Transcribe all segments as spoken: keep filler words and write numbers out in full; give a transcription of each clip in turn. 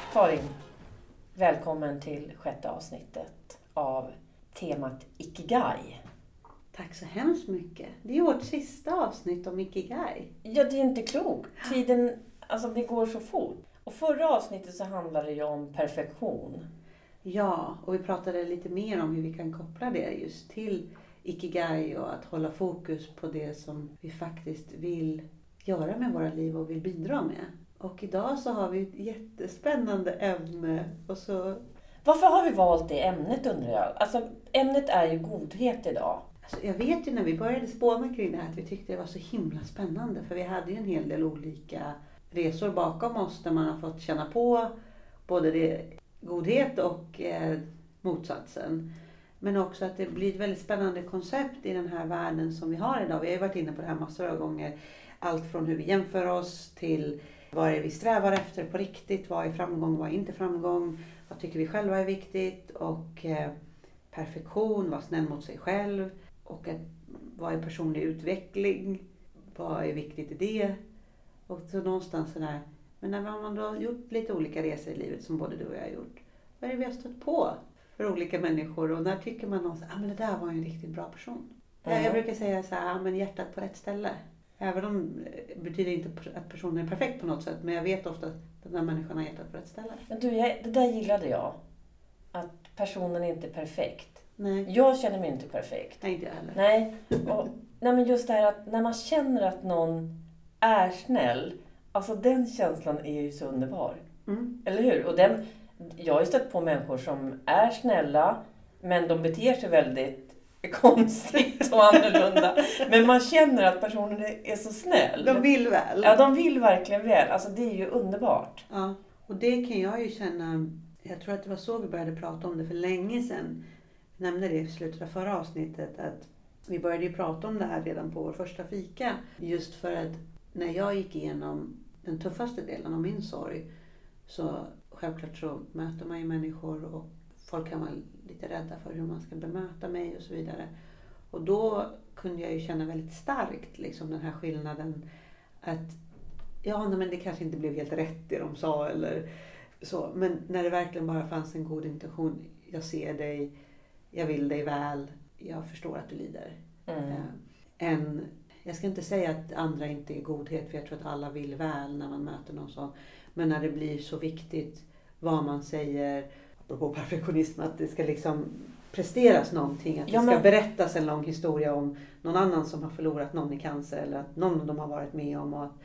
Karin, välkommen till sjätte avsnittet av temat Ikigai. Tack så hemskt mycket. Det är vårt sista avsnitt om Ikigai. Ja, det är inte klokt. Tiden, alltså det går så fort. Och förra avsnittet så handlade det ju om perfektion. Ja, och vi pratade lite mer om hur vi kan koppla det just till Ikigai och att hålla fokus på det som vi faktiskt vill göra med våra liv och vill bidra med. Och idag så har vi ett jättespännande ämne. Och så... Varför har vi valt det ämnet, undrar jag? Alltså, ämnet är ju godhet idag. Alltså, jag vet ju när vi började spåna kring det här att vi tyckte det var så himla spännande. För vi hade ju en hel del olika resor bakom oss där man har fått känna på både det, godhet och eh, motsatsen. Men också att det blir ett väldigt spännande koncept i den här världen som vi har idag. Vi har ju varit inne på det här massor av gånger. Allt från hur vi jämför oss till vad är vi strävar efter på riktigt. Vad är framgång, vad är inte framgång. Vad tycker vi själva är viktigt. Och eh, perfektion, vara snäll mot sig själv. Och att, vad är personlig utveckling. Vad är viktigt i det. Och så någonstans sådär. Men när man då har gjort lite olika resor i livet som både du och jag har gjort. Vad är det vi har stött på för olika människor? Och när tycker man att ah, men det där var en riktigt bra person. Mm. Jag brukar säga så här, ah, men hjärtat på rätt ställe. Även om det betyder inte att personen är perfekt på något sätt. Men jag vet ofta att den här människan har hjärtat på rätt ställe. Men du, jag, det där gillade jag. Att personen är inte perfekt. Nej. Jag känner mig inte perfekt. Nej, inte heller. Nej, och, nej men just det här att när man känner att någon är snäll. Alltså den känslan är ju så underbar. Mm. Eller hur? Och den, jag har ju stött på människor som är snälla. Men de beter sig väldigt konstigt och annorlunda. Men man känner att personen är så snäll. De vill väl. Ja, de vill verkligen väl. Alltså det är ju underbart. Ja, och det kan jag ju känna. Jag tror att det var så vi började prata om det för länge sedan. Jag nämnde det i slutet av förra avsnittet. Att vi började ju prata om det här redan på vår första fika. Just för att när jag gick igenom den tuffaste delen av min sorg. Så självklart så möter man ju människor och folk kan vara lite rädda för hur man ska bemöta mig och så vidare. Och då kunde jag ju känna väldigt starkt liksom den här skillnaden. Att ja, men det kanske inte blev helt rätt det de sa eller så. Men när det verkligen bara fanns en god intention. Jag ser dig, jag vill dig väl, jag förstår att du lider. Mm. En, jag ska inte säga att andra inte är godhet, för jag tror att alla vill väl när man möter någon sån. Men när det blir så viktigt vad man säger, apropå perfektionism, att det ska liksom presteras någonting. Att det ja, men... ska berättas en lång historia om någon annan som har förlorat någon i cancer. Eller att någon de har varit med om. Och att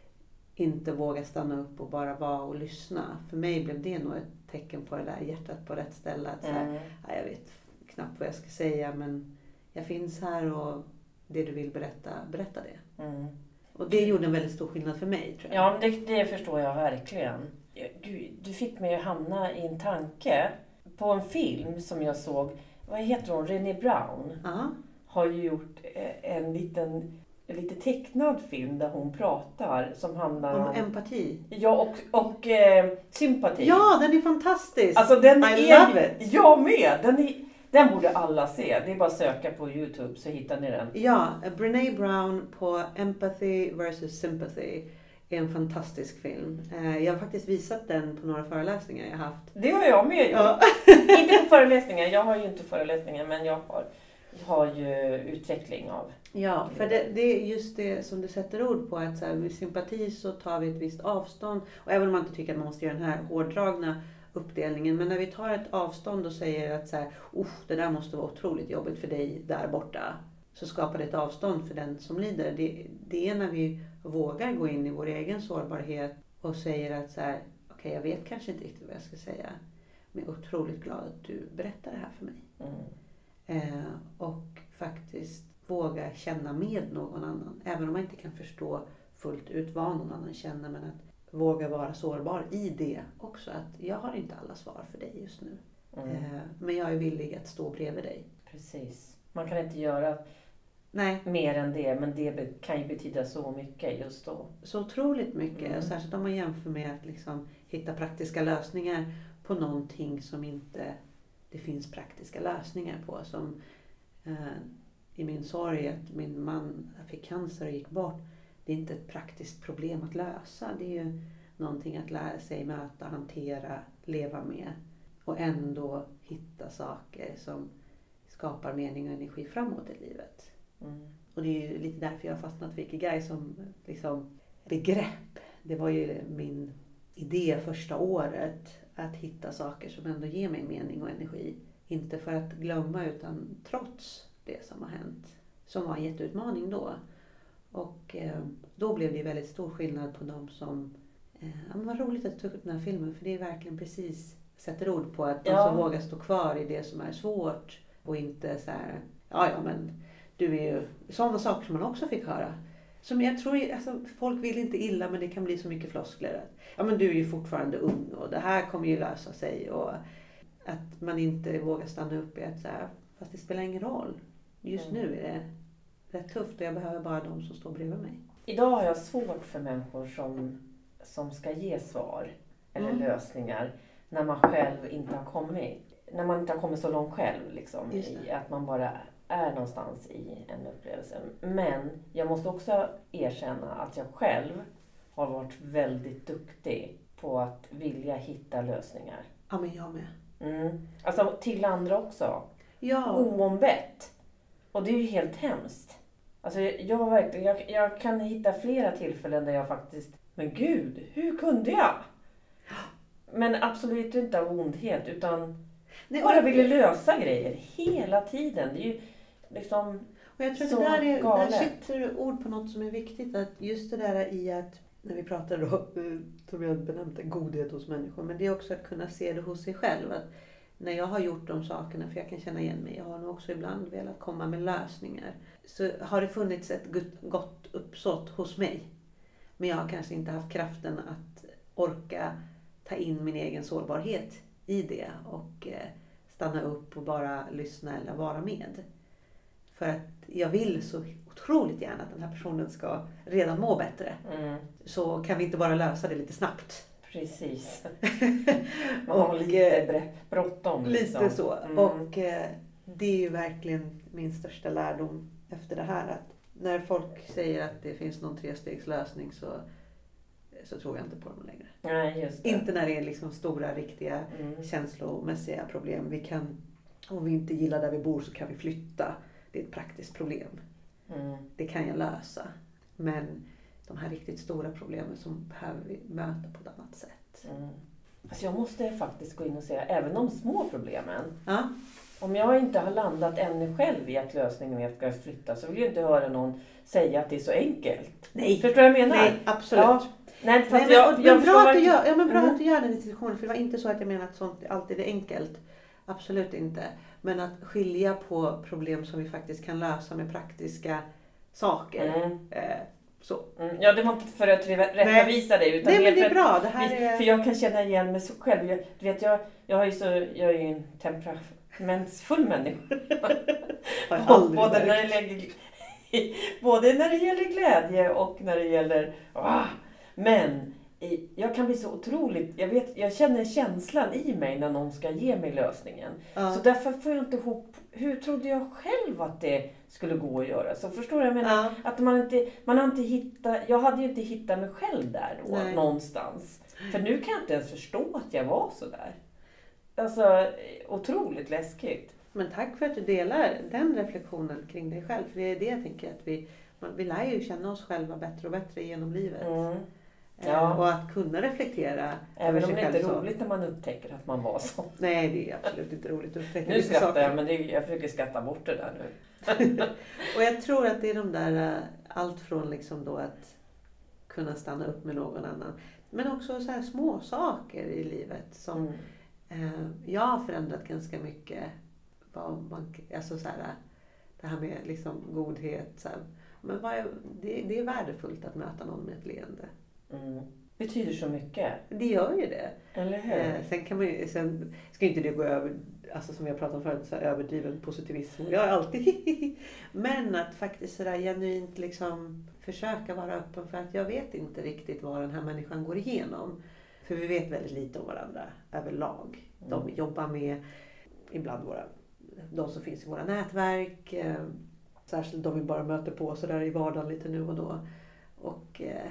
inte våga stanna upp och bara vara och lyssna. För mig blev det nog ett tecken på det där hjärtat på rätt ställe. Att mm. så här, ja, jag vet knappt vad jag ska säga, men jag finns här och det du vill berätta, berätta det. Mm. Och det gjorde en väldigt stor skillnad för mig, tror jag. Ja, det, det förstår jag verkligen. Du, du fick mig att hamna i en tanke på en film som jag såg. Vad heter hon? René Brown. Uh-huh. Har ju gjort en liten, en lite tecknad film där hon pratar. Som handlar om... Om empati. Ja, och, och eh, sympati. Ja, den är fantastisk. Alltså, den I är, love it. Jag med. Den, är, den borde alla se. Det är bara att söka på YouTube så hittar ni den. Ja, Brené Brown på Empathy versus Sympathy. Är en fantastisk film. Jag har faktiskt visat den på några föreläsningar jag har haft. Det har jag med. Ja. Inte på föreläsningar. Jag har ju inte föreläsningar, men jag har, jag har ju utveckling av. Ja, för det, det är just det som du sätter ord på. Att så här, med sympati så tar vi ett visst avstånd. Och även om man inte tycker att man måste göra den här hårdragna uppdelningen. Men när vi tar ett avstånd och säger att så här, det där måste vara otroligt jobbigt för dig där borta. Så skapar det ett avstånd för den som lider. Det, det är när vi vågar gå in i vår egen sårbarhet och säger att så här, okej, okay, jag vet kanske inte riktigt vad jag ska säga. Men jag är otroligt glad att du berättar det här för mig. Mm. Eh, och faktiskt våga känna med någon annan. Även om man inte kan förstå fullt ut vad någon annan känner. Men att våga vara sårbar i det också. Att jag har inte alla svar för dig just nu. Mm. Eh, men jag är villig att stå bredvid dig. Precis. Man kan inte göra... Nej. Mer än det, men det kan ju betyda så mycket just då. Så otroligt mycket, mm. särskilt om man jämför med att liksom hitta praktiska lösningar på någonting som inte det finns praktiska lösningar på. Som eh, i min sorg att min man fick cancer och gick bort. Det är inte ett praktiskt problem att lösa. Det är ju någonting att lära sig möta, hantera, leva med. Och ändå hitta saker som skapar mening och energi framåt i livet. Mm. Och det är ju lite därför jag har fastnat för Ikigai som liksom begrepp. Det var ju min idé första året. Att hitta saker som ändå ger mig mening och energi. Inte för att glömma utan trots det som har hänt. Som var en jätteutmaning då. Och eh, då blev det väldigt stor skillnad på dem som... Eh, ja, men vad roligt att du tog upp den här filmen. För det är verkligen precis sätter ord på att de Ja. som vågar stå kvar i det som är svårt. Och inte så här, ja ja men du är ju... Sådana saker som man också fick höra. Som jag tror, alltså, folk vill inte illa men det kan bli så mycket floskler. Ja men du är ju fortfarande ung och det här kommer ju lösa sig. Och att man inte vågar stanna upp i att så här, fast det spelar ingen roll. Just Mm. nu är det rätt tufft och jag behöver bara de som står bredvid mig. Idag har jag svårt för människor som, som ska ge svar eller Mm. lösningar när man själv inte har kommit. När man inte har kommit så långt själv. Liksom, Just det. i att man bara är någonstans i en upplevelse. Men jag måste också erkänna att jag själv har varit väldigt duktig på att vilja hitta lösningar. Ja men jag med. Mm. Alltså till andra också. Ja. Oombett. Och det är ju helt hemskt. Alltså jag var verkligen, jag, jag kan hitta flera tillfällen där jag faktiskt, men gud, hur kunde jag? Men absolut inte av ondhet utan Nej, bara och, ville lösa grejer hela tiden. Det är ju liksom, och jag tror så att det där, är, där galet. sitter ord på något som är viktigt. Att just det där i att, när vi pratar då, eh, som jag benämnt godhet hos människor. Men det är också att kunna se det hos sig själv. Att när jag har gjort de sakerna, för jag kan känna igen mig. Jag har nog också ibland velat komma med lösningar. Så har det funnits ett gott uppsåt hos mig. Men jag har kanske inte haft kraften att orka ta in min egen sårbarhet i det. Och eh, stanna upp och bara lyssna eller vara med. För att jag vill så otroligt gärna att den här personen ska redan må bättre. mm, Så kan vi inte bara lösa det lite snabbt. precis. Man har Och, lite bre- bråttom. Liksom. Lite så. Mm. Och eh, det är ju verkligen min största lärdom efter det här. Att när folk säger att det finns någon trestegslösning så, så tror jag inte på dem längre. Nej, just det. Inte när det är liksom stora, riktiga, Mm. känslomässiga problem. Vi kan, om vi inte gillar där vi bor så kan vi flytta. Det är ett praktiskt problem. Mm. Det kan jag lösa. Men de här riktigt stora problemen som behöver vi möta på ett annat sätt. Mm. Alltså jag måste faktiskt gå in och säga, även de små problemen. Ja, Om jag inte har landat ännu själv i att lösningen är att jag ska flytta så vill jag inte höra någon säga att det är så enkelt. nej. Förstår du vad jag menar? Nej, absolut. Ja. Nej, fast Nej, men, jag, och, jag men förstår bra, att du verkligen- gör, ja, men bra Mm. att du gör den distinktionen. För det var inte så att jag menar att sånt alltid är enkelt. Absolut inte. Men att skilja på problem som vi faktiskt kan lösa med praktiska saker. Mm. Eh, så. Mm. Ja, det var inte för att rättvisa dig. Utan Nej, mer men det för är att- bra. Det här vi- är... För jag kan känna igen mig så själv. Jag, du vet, jag, jag, är ju så, jag är ju en temperamentsfull människa. har jag aldrig både, när märkt. det lägger, både när det gäller glädje och när det gäller... Ah, men i- jag kan bli så otroligt... Jag, vet, jag känner känslan i mig när någon ska ge mig lösningen. Ja. Så därför får jag inte ihop... Hur trodde jag själv att det skulle gå att göra? Så förstår du? Jag menar, Ja. att man inte, man har inte hittat... Jag hade ju inte hittat mig själv där då, Nej. någonstans. För nu kan jag inte ens förstå att jag var så där. Alltså, otroligt läskigt. Men tack för att du delar den reflektionen kring dig själv. För det är det jag tänker att vi, man, vi lär ju känna oss själva bättre och bättre genom livet. Mm. Eh, Ja. Och att kunna reflektera Även om sig det inte är själv så. roligt när man upptäcker att man var så. Nej, det är absolut inte roligt att upptäcka Nu vissa skrattar saker. jag, men det är, jag försöker skratta bort det där nu. Och jag tror att det är de där, eh, allt från liksom då att kunna stanna upp med någon annan. Men också så här små saker i livet som Mm. eh, jag har förändrat ganska mycket. Vad man, alltså så här, det här med liksom godhet. Så här. Men vad är, det, det är värdefullt att möta någon med ett leende. Mm. Betyder så mycket, Det gör ju det. eller hur? Eh, sen kan man ju, sen ska inte det gå över, alltså som vi har pratat om förut, så här överdriven positivism. Jag är alltid men att faktiskt sådär genuint liksom försöka vara öppen för att jag vet inte riktigt vad den här människan går igenom. För vi vet väldigt lite om varandra överlag. De vi jobbar med, ibland våra, de som finns i våra nätverk, eh, särskilt de vi bara möter på sådär i vardagen lite nu och då. Och eh,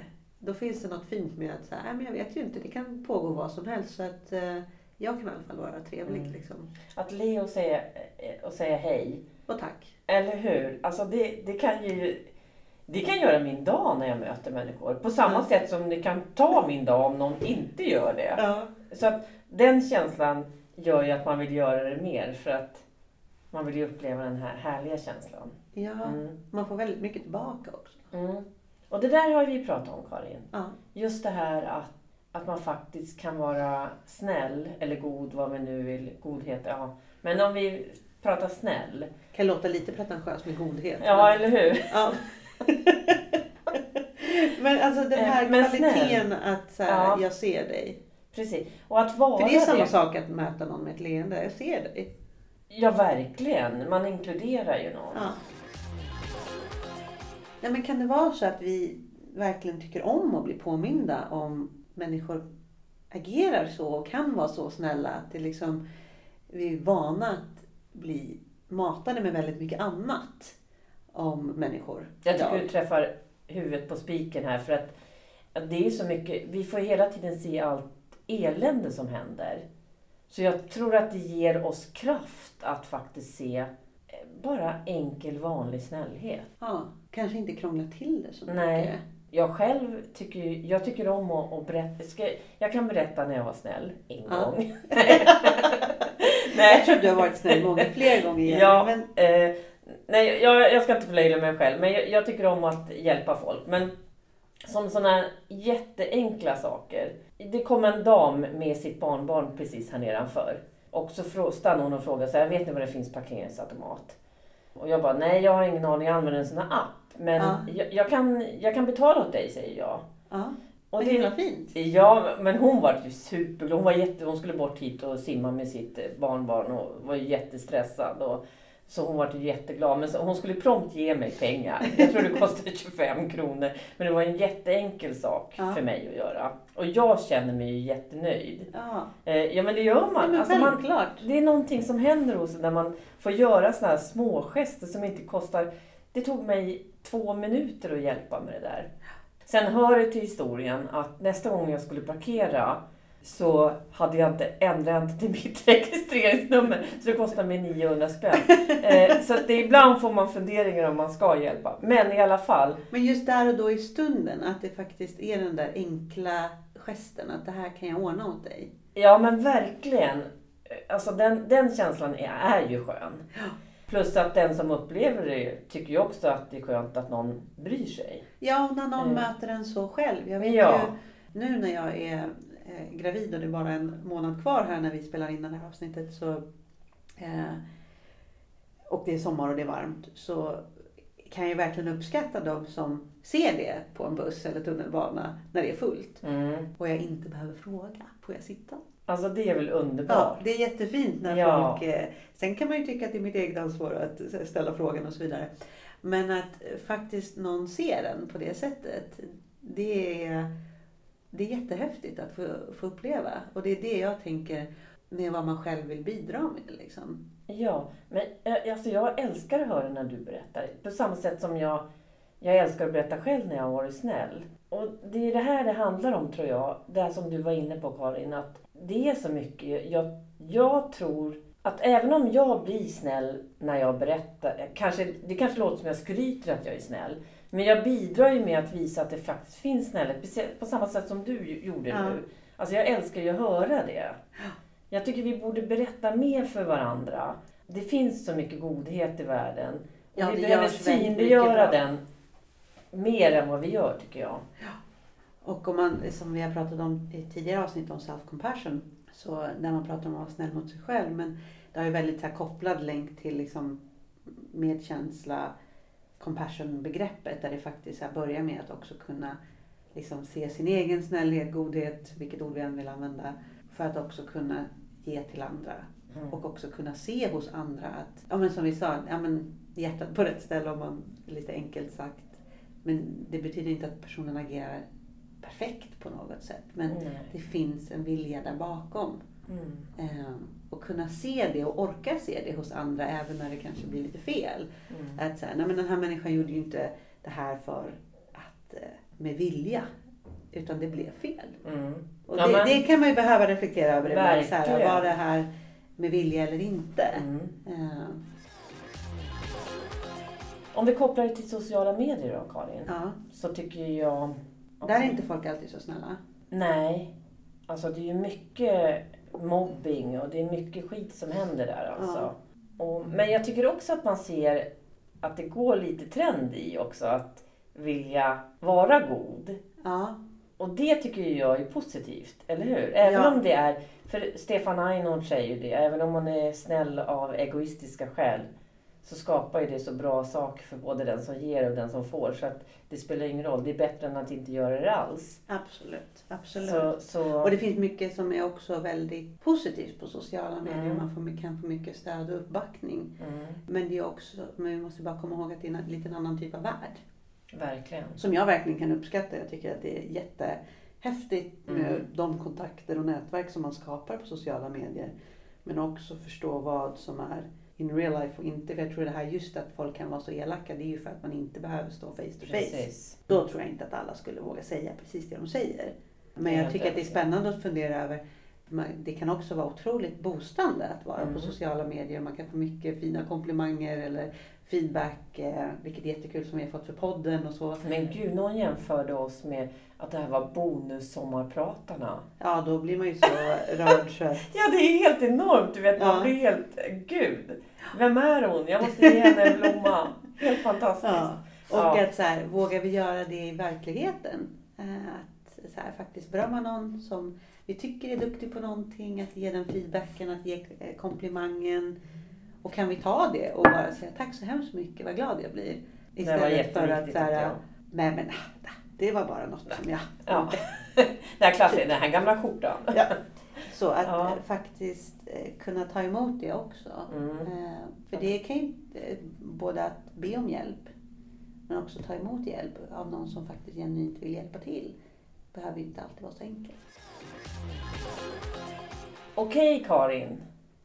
då finns det något fint med att säga, nej men jag vet ju inte, det kan pågå vad som helst. Så att eh, jag kan i alla fall vara trevlig. Mm. Liksom. Att le och säga, och säga hej. Och tack. Eller hur? Alltså det, det kan ju... Det kan göra min dag när jag möter människor. På samma mm. sätt som det kan ta min dag om någon inte gör det. Ja. Så att den känslan gör ju att man vill göra det mer. För att man vill ju uppleva den här härliga känslan. Ja, mm. man får väldigt mycket tillbaka också. Mm. Och det där har vi pratat om, Karin. Ja. Just det här att, att man faktiskt kan vara snäll eller god, vad vi nu vill. Godhet, ja. Men om vi pratar snäll. Kan låta lite pretentiöst med godhet. Ja, men... eller hur? Ja. Men alltså den här men kvaliteten snäll. Att så här, ja. Jag ser dig. Precis. Och att vara För det är samma det. sak att möta någon med ett leende. Jag ser dig. Ja, verkligen. Man inkluderar ju någon. Ja. Nej, men kan det vara så att vi verkligen tycker om att bli påminda om människor agerar så och kan vara så snälla att det liksom, vi är vana att bli matade med väldigt mycket annat om människor. Jag tycker du träffar huvudet på spiken här, för att, att det är så mycket, vi får hela tiden se allt elände som händer. Så jag tror att det ger oss kraft att faktiskt se bara enkel vanlig snällhet. Ja, kanske inte krångla till det så mycket. Nej, jag själv tycker, jag tycker om att, att berätta. Ska, jag kan berätta när jag var snäll en ja. gång. Nej. Jag tror du har varit snäll många fler gånger igen. Ja, men... eh, nej, jag, jag ska inte förlöjliga mig själv, men jag, jag tycker om att hjälpa folk. Men som sådana jätteenkla saker. Det kom en dam med sitt barnbarn precis här nedanför. Och så stannade hon och frågade så här, vet ni vad det finns parkeringsautomat? Och jag bara, nej jag har ingen aning, jag använder en sån här app. Men ja. jag, jag, kan, jag kan betala åt dig, säger jag. Ja, och det var fint. Ja, men hon var ju superglad. Hon, var jätte, hon skulle bort hit och simma med sitt barnbarn och var ju jättestressad. Och, så hon var ju jätteglad. Men så, hon skulle prompt ge mig pengar. Jag tror det kostade tjugofem kronor. Men det var en jätteenkel sak ja. för mig att göra. Och jag känner mig ju jättenöjd. Ja, eh, ja men det gör man. Ja, alltså man klart. Det är någonting som händer hos en när man får göra såna här små gester som inte kostar. Det tog mig två minuter att hjälpa med det där. Sen hör det till historien att nästa gång jag skulle parkera så hade jag inte ändrat till mitt registreringsnummer. Så det kostade mig niohundra spänn. eh, så att det, ibland får man funderingar om man ska hjälpa. Men i alla fall. Men just där och då i stunden. Att det faktiskt är den där enkla gesten. Att det här kan jag ordna åt dig. Ja men verkligen. Alltså den, den känslan är, är ju skön. Ja. Plus att den som upplever det tycker ju också att det är skönt att någon bryr sig. Ja, och när någon mm. möter en så själv. Jag vet ja. ju nu när jag är eh, gravid och det är bara en månad kvar här när vi spelar in det här avsnittet. Så, eh, och det är sommar och det är varmt. Så kan jag verkligen uppskatta de som ser det på en buss eller tunnelbana när det är fullt. Mm. Och jag inte behöver fråga, får jag sitta? Alltså det är väl underbart. Ja, det är jättefint när ja. folk... Eh, sen kan man ju tycka att det är mitt eget ansvar att ställa frågan och så vidare. Men att faktiskt någon ser den på det sättet. Det är, det är jättehäftigt att få, få uppleva. Och det är det jag tänker med vad man själv vill bidra med. Liksom. Ja, men alltså jag älskar att höra när du berättar. På samma sätt som jag, jag älskar att berätta själv när jag har varit snäll. Och det är det här det handlar om tror jag. Det som du var inne på Karin. Att det är så mycket. Jag, jag tror att även om jag blir snäll när jag berättar. Kanske, det kanske låter som jag skryter att jag är snäll. Men jag bidrar ju med att visa att det faktiskt finns snällhet. På samma sätt som du gjorde ja. nu. Alltså jag älskar ju att höra det. Jag tycker vi borde berätta mer för varandra. Det finns så mycket godhet i världen. Och ja, vi behöver synliggöra den mer än vad vi gör tycker jag. Ja. Och om man, som vi har pratat om i tidigare avsnitt om self-compassion. Så när man pratar om att vara snäll mot sig själv. Men det har ju väldigt så här kopplad länk till liksom medkänsla, compassion-begreppet. Där det faktiskt så här börjar med att också kunna liksom se sin egen snällhet, godhet, vilket ord vi än vill använda. För att också kunna ge till andra. Mm. Och också kunna se hos andra att, ja men som vi sa, ja men hjärtat på rätt ställe om man lite enkelt sagt. Men det betyder inte att personen agerar perfekt på något sätt. Men mm. det finns en vilja där bakom. Mm. Ehm, och kunna se det och orka se det hos andra även när det kanske blir lite fel. Mm. Att säga, nej men den här människan gjorde ju inte det här för att, med vilja. utan det blev fel. Mm. Och Ja, det, men... det kan man ju behöva reflektera över ibland. Så här, var det här med vilja eller inte? Mm. Uh. Om vi kopplar det till sociala medier då, Karin. Ja. Så tycker jag... Där är inte folk alltid så snälla. Nej. Alltså det är ju mycket mobbing och det är mycket skit som händer där alltså. Ja. Och, men jag tycker också att man ser att det går lite trend i också att vilja vara god. Ja. Och det tycker jag är positivt, eller hur? Även ja. om det är, för Stefan Einhorn säger ju det, även om man är snäll av egoistiska skäl så skapar ju det så bra saker för både den som ger och den som får. Så att det spelar ingen roll, det är bättre än att inte göra det alls. Absolut, absolut. Så, så... Och det finns mycket som är också väldigt positivt på sociala medier. Mm. Man får, kan få mycket stöd och uppbackning. Mm. Men det är också, men vi måste bara komma ihåg att det är en liten annan typ av värld. Verkligen. Som jag verkligen kan uppskatta. Jag tycker att det är jättehäftigt med mm. de kontakter och nätverk som man skapar på sociala medier. Men också förstå vad som är in real life och inte. För jag tror det här just att folk kan vara så elaka, det är ju för att man inte behöver stå face to face. Precis. Då tror jag inte att alla skulle våga säga precis det de säger. Men jag tycker att det är spännande att fundera över. Det kan också vara otroligt boostande att vara mm. på sociala medier. Man kan få mycket fina komplimanger eller feedback, vilket är jättekul som vi har fått för podden och så. Men gud, någon jämförde oss med att det här var bonussommarpratarna. Ja, då blir man ju så rörd så att... Ja, det är helt enormt. Du vet, man ja. blir helt... Gud, vem är hon? Jag måste ge henne en blomma. Helt fantastiskt. Ja. Och ja. att så här, vågar vi göra det i verkligheten? Att så här, faktiskt berömma någon som vi tycker är duktig på någonting. Att ge den feedbacken, att ge komplimangen. Och kan vi ta det och bara säga tack så hemskt mycket, vad glad jag blir. Istället för att så här, nej men det var bara något som jag... Ja. Det här klassiska, den här gamla skjortan. Ja. Så att ja. faktiskt eh, kunna ta emot det också. Mm. Eh, för det kan ju inte eh, både att be om hjälp men också ta emot hjälp av någon som faktiskt genuint vill hjälpa till. Behöver inte alltid vara så enkelt. Okej Karin.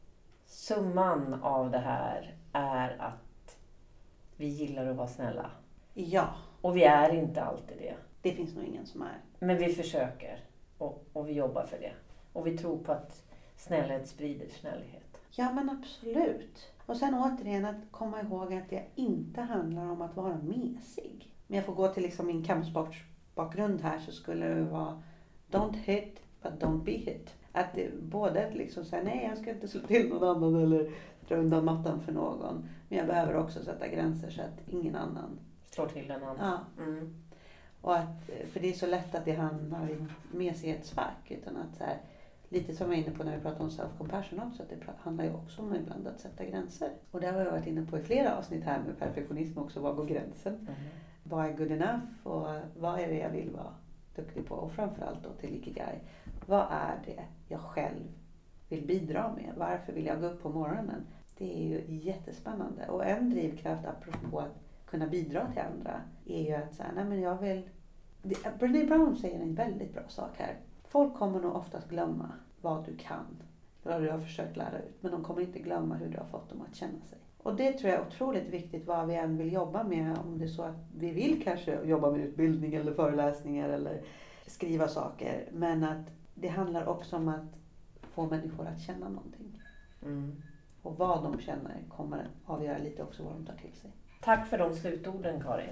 Summan av det här är att vi gillar att vara snälla. Ja. Och vi är inte alltid det. Det finns nog ingen som är. Men vi försöker. Och, och vi jobbar för det. Och vi tror på att snällhet sprider snällhet. Ja men absolut. Och sen återigen att komma ihåg att det inte handlar om att vara mesig. Men jag får gå till liksom min kampsportsbakgrund här så skulle det vara don't hit but don't be hit. Att det, både att liksom säga nej jag ska inte slå till någon annan eller dra undan mattan för någon. Men jag behöver också sätta gränser så att ingen annan slår till en annan. Ja. Mm. Och att, för det är så lätt att det handlar i mesighetsfack utan att så här, lite som jag var inne på när vi pratade om self-compassion också, att det handlar ju också om ibland att sätta gränser. Och det har jag varit inne på i flera avsnitt här med perfektionism också, vad går gränsen? Mm. Vad är good enough och vad är det jag vill vara duktig på? Och framförallt då till Ikigai, vad är det jag själv vill bidra med? Varför vill jag gå upp på morgonen? Det är ju jättespännande. Och en drivkraft apropå att kunna bidra till andra är ju att säga, nej men jag vill... Brené Brown säger en väldigt bra sak här. Folk kommer nog oftast glömma vad du kan, vad du har försökt lära ut. Men de kommer inte glömma hur du har fått dem att känna sig. Och det tror jag är otroligt viktigt vad vi än vill jobba med. Om det är så att vi vill kanske jobba med utbildning eller föreläsningar eller skriva saker. Men att det handlar också om att få människor att känna någonting. Mm. Och vad de känner kommer avgöra lite också vad de tar till sig. Tack för de slutorden Karin.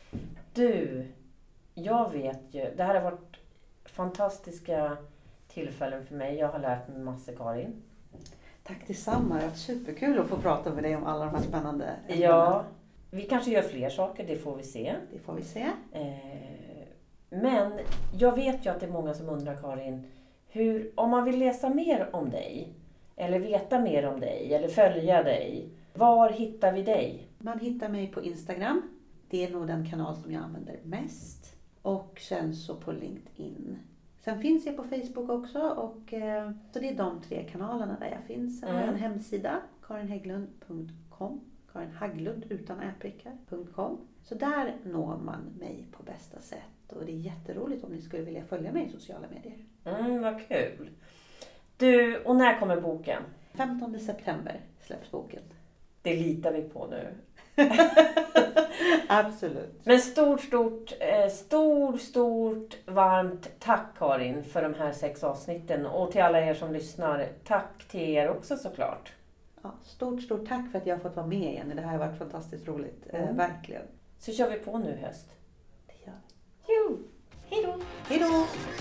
Du, jag vet ju, det här har varit fantastiska tillfällen för mig. Jag har lärt mig massor Karin. Tack detsamma, det har varit superkul att få prata med dig om alla de här spännande ämnena. Ja, vi kanske gör fler saker, det får vi se. Det får vi se. Eh, men jag vet ju att det är många som undrar Karin, hur, om man vill läsa mer om dig, eller veta mer om dig, eller följa dig, var hittar vi dig? Man hittar mig på Instagram. Det är nog den kanal som jag använder mest. Och sen så på LinkedIn. Sen finns jag på Facebook också. Och, eh, så det är de tre kanalerna där jag finns. Sen har jag en hemsida. karin hägglund punkt com. Karin Haglund utan äprickar punkt com. Så där når man mig på bästa sätt. Och det är jätteroligt om ni skulle vilja följa mig i sociala medier. Mm, vad kul. Du, och när kommer boken? femtonde september släpps boken. Det litar vi på nu. Absolut. Men stort, stort, eh, stort, stort, varmt tack Karin för de här sex avsnitten. Och till alla er som lyssnar, tack till er också såklart. Ja, stort, stort tack för att jag har fått vara med igen. Det här har varit fantastiskt roligt. Mm. Eh, verkligen. Så kör vi på nu i höst. Det gör vi. Jo, hej då! Hej då!